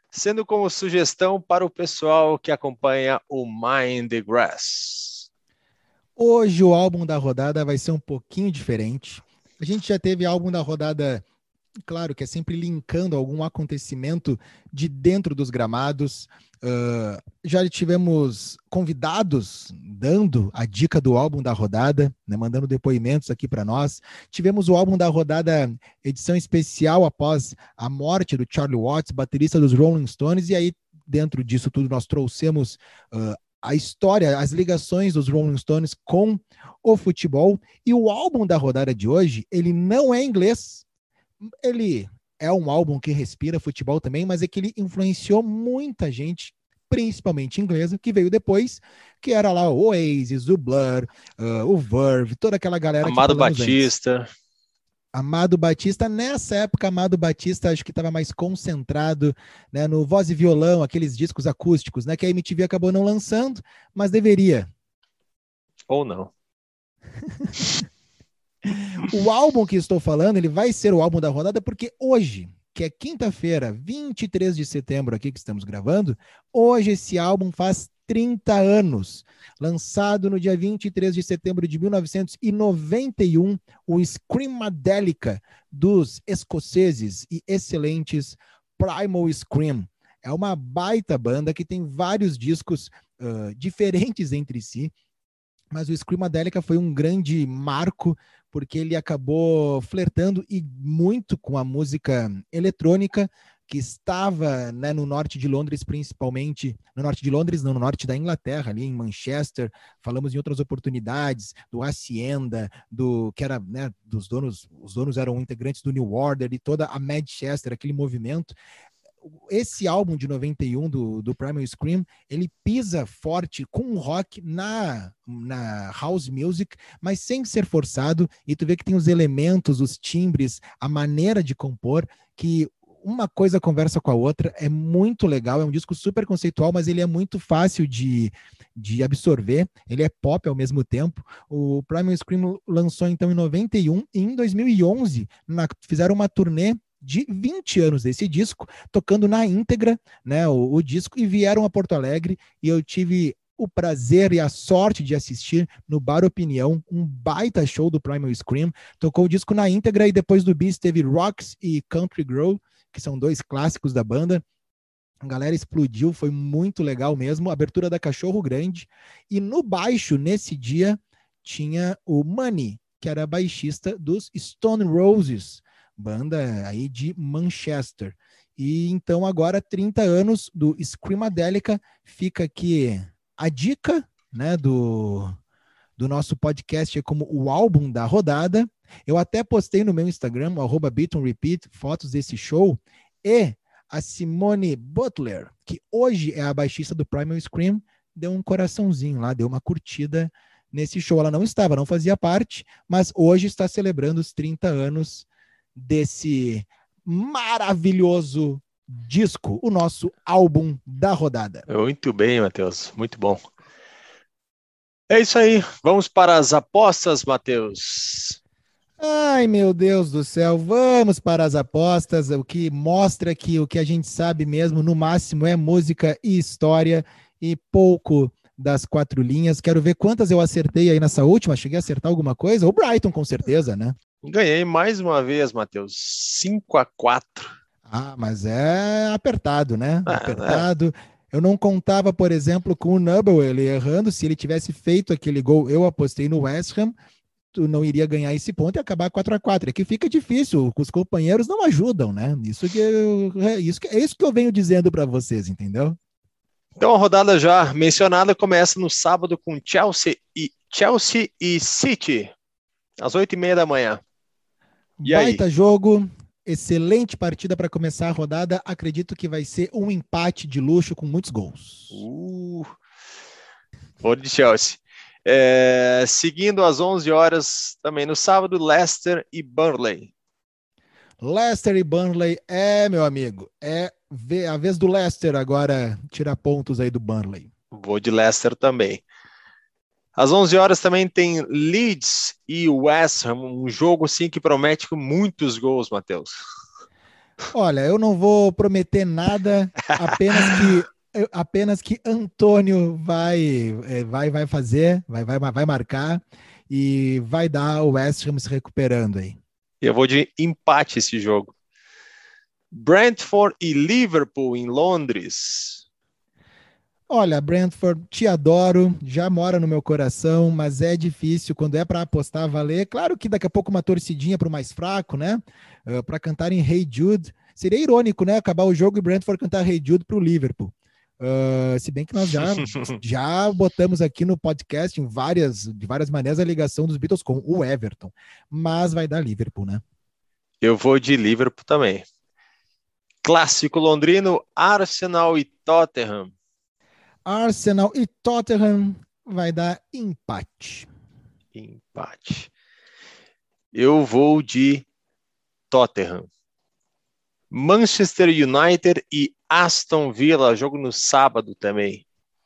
sendo como sugestão para o pessoal que acompanha o Mind the Grass. Hoje o álbum da rodada vai ser um pouquinho diferente. A gente já teve álbum da rodada, claro que é sempre linkando algum acontecimento de dentro dos gramados. Já tivemos convidados dando a dica do álbum da rodada, né, mandando depoimentos aqui para nós. Tivemos o álbum da rodada, edição especial após a morte do Charlie Watts, baterista dos Rolling Stones, e aí dentro disso tudo nós trouxemos a história, as ligações dos Rolling Stones com o futebol. E o álbum da rodada de hoje, ele não é inglês, ele é um álbum que respira futebol também, mas é que ele influenciou muita gente, principalmente inglesa, que veio depois, que era lá o Oasis, o Blur, o Verve, toda aquela galera Amado que falamos Batista. Antes. Amado Batista, nessa época, Amado Batista acho que estava mais concentrado, né, no voz e violão, aqueles discos acústicos, né, que a MTV acabou não lançando, mas deveria. Ou não. O álbum que estou falando, ele vai ser o álbum da rodada, porque hoje, que é quinta-feira, 23 de setembro aqui que estamos gravando, hoje esse álbum faz 30 anos. Lançado no dia 23 de setembro de 1991, o Screamadelica dos escoceses e excelentes Primal Scream. É uma baita banda que tem vários discos diferentes entre si, mas o Screamadelica foi um grande marco, porque ele acabou flertando e muito com a música eletrônica, que estava, né, no norte de Londres, principalmente, no norte de Londres, não, no norte da Inglaterra, ali em Manchester. Falamos em outras oportunidades, do Hacienda, que era, né, dos donos, os donos eram integrantes do New Order e toda a Manchester, aquele movimento. Esse álbum de 91 do Primal Scream, ele pisa forte com o rock na house music, mas sem ser forçado, e tu vê que tem os elementos, os timbres, a maneira de compor, que uma coisa conversa com a outra, é muito legal, é um disco super conceitual, mas ele é muito fácil de absorver, ele é pop ao mesmo tempo. O Primal Scream lançou então em 91, e em 2011 fizeram uma turnê de 20 anos desse disco, tocando na íntegra, né, o disco, e vieram a Porto Alegre, e eu tive o prazer e a sorte de assistir no Bar Opinião, um baita show do Primal Scream. Tocou o disco na íntegra, e depois do bis teve Rocks e Country Grow, que são dois clássicos da banda. A galera explodiu, foi muito legal mesmo, abertura da Cachorro Grande, e no baixo, nesse dia, tinha o Money, que era baixista dos Stone Roses, banda aí de Manchester. E então agora, 30 anos do Screamadelica, fica aqui a dica, né, do nosso podcast como o álbum da rodada. Eu até postei no meu Instagram, @BeatonRepeat, fotos desse show, e a Simone Butler, que hoje é a baixista do Primal Scream, deu um coraçãozinho lá, deu uma curtida nesse show. Ela não estava, não fazia parte, mas hoje está celebrando os 30 anos desse maravilhoso disco, o nosso álbum da rodada. Muito bem, Matheus, muito bom. É isso aí, vamos para as apostas, Matheus. Ai, meu Deus do céu, vamos para as apostas, o que mostra que o que a gente sabe mesmo, no máximo, é música e história, e pouco das quatro linhas. Quero ver quantas eu acertei aí nessa última. Cheguei a acertar alguma coisa? O Brighton, com certeza, né? Ganhei mais uma vez, Matheus, 5-4. Ah, mas é apertado, né? É. Apertado. Eu não contava, por exemplo, com o Nubble, ele errando. Se ele tivesse feito aquele gol, eu apostei no West Ham, tu não iria ganhar esse ponto e acabar 4-4. É que fica difícil, os companheiros não ajudam, né? É isso que eu venho dizendo para vocês, entendeu? Então a rodada já mencionada começa no sábado com Chelsea e City, às 8h30 da manhã. E Baita aí? jogo, excelente partida para começar a rodada. Acredito que vai ser um empate de luxo com muitos gols. Vou de Chelsea. Seguindo às 11 horas, também no sábado, Leicester e Burnley. Leicester e Burnley, meu amigo, é a vez do Leicester agora tirar pontos aí do Burnley. Vou de Leicester também. Às 11 horas também tem Leeds e West Ham, um jogo assim que promete com muitos gols, Matheus. Olha, eu não vou prometer nada, apenas que Antônio vai fazer, vai marcar e vai dar o West Ham se recuperando aí. Eu vou de empate esse jogo. Brentford e Liverpool em Londres. Olha, Brentford, te adoro, já mora no meu coração, mas é difícil quando é para apostar valer. Claro que daqui a pouco uma torcidinha para o mais fraco, né? Para cantar em Hey Jude. Seria irônico, né? Acabar o jogo e Brentford cantar Hey Jude para o Liverpool. Se bem que nós já botamos aqui no podcast de várias maneiras a ligação dos Beatles com o Everton, mas vai dar Liverpool, né? Eu vou de Liverpool também. Clássico londrino, Arsenal e Tottenham. Arsenal e Tottenham vai dar empate. Empate. Eu vou de Tottenham. Manchester United e Aston Villa, jogo no sábado também.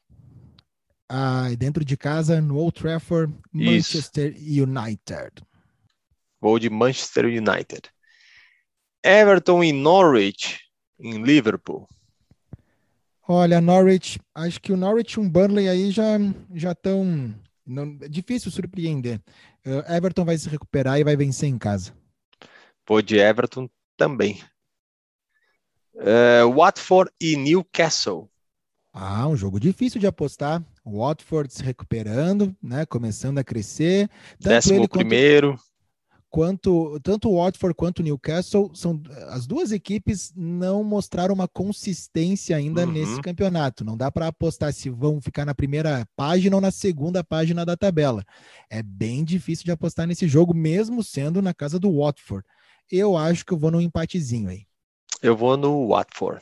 Dentro de casa, no Old Trafford, Isso. Manchester United. Vou de Manchester United. Everton e Norwich em Liverpool. Olha, Norwich, acho que o Norwich e o Burnley aí já estão. É difícil surpreender. Everton vai se recuperar e vai vencer em casa. Vou de Everton também. Watford e Newcastle. Um jogo difícil de apostar. O Watford se recuperando, né? Começando a crescer. Tanto ele tanto o Watford quanto o Newcastle são as duas equipes não mostraram uma consistência ainda nesse campeonato. Não dá para apostar se vão ficar na primeira página ou na segunda página da tabela. É bem difícil de apostar nesse jogo, mesmo sendo na casa do Watford. Eu acho que eu vou num empatezinho aí. Eu vou no Watford.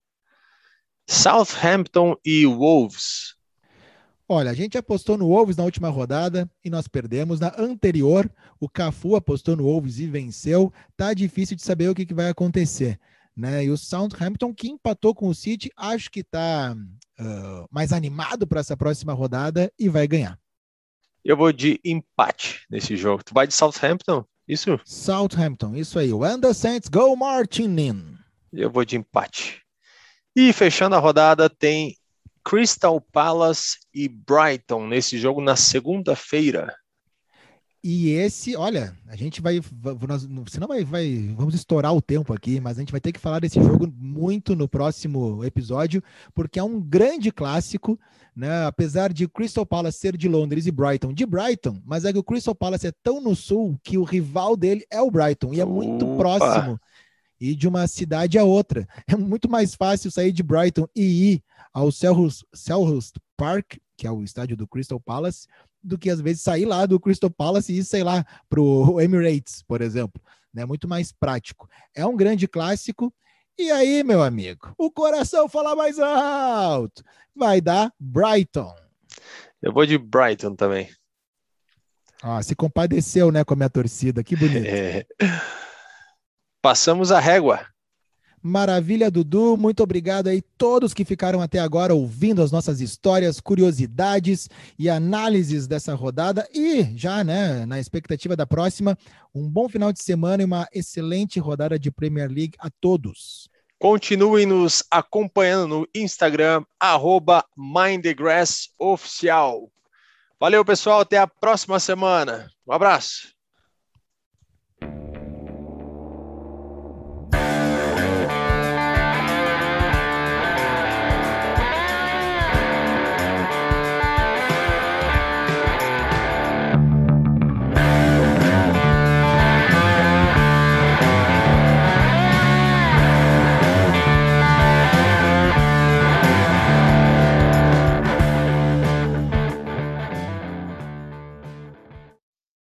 Southampton e Wolves. Olha, a gente apostou no Wolves na última rodada e nós perdemos. Na anterior, o Cafu apostou no Wolves e venceu. Tá difícil de saber o que vai acontecer, né? E o Southampton, que empatou com o City, acho que tá mais animado para essa próxima rodada e vai ganhar. Eu vou de empate nesse jogo. Tu vai de Southampton? Isso? Southampton, isso aí. When the Saints go marching in. Eu vou de empate. E fechando a rodada tem Crystal Palace e Brighton nesse jogo na segunda-feira. E esse, olha, a gente senão vamos estourar o tempo aqui, mas a gente vai ter que falar desse jogo muito no próximo episódio, porque é um grande clássico, né? Apesar de Crystal Palace ser de Londres e Brighton de Brighton, mas é que o Crystal Palace é tão no sul que o rival dele é o Brighton, e é muito próximo e de uma cidade a outra. É muito mais fácil sair de Brighton e ir ao Selhurst Park, que é o estádio do Crystal Palace, do que às vezes sair lá do Crystal Palace e ir, sei lá, para o Emirates, por exemplo. É muito mais prático. É um grande clássico. E aí, meu amigo, o coração fala mais alto. Vai dar Brighton. Eu vou de Brighton também. Se compadeceu, né, com a minha torcida. Que bonito. Passamos a régua. Maravilha, Dudu. Muito obrigado aí todos que ficaram até agora ouvindo as nossas histórias, curiosidades e análises dessa rodada. E já, né, na expectativa da próxima, um bom final de semana e uma excelente rodada de Premier League a todos. Continuem nos acompanhando no Instagram, @MindTheGrassOficial. Valeu, pessoal. Até a próxima semana. Um abraço.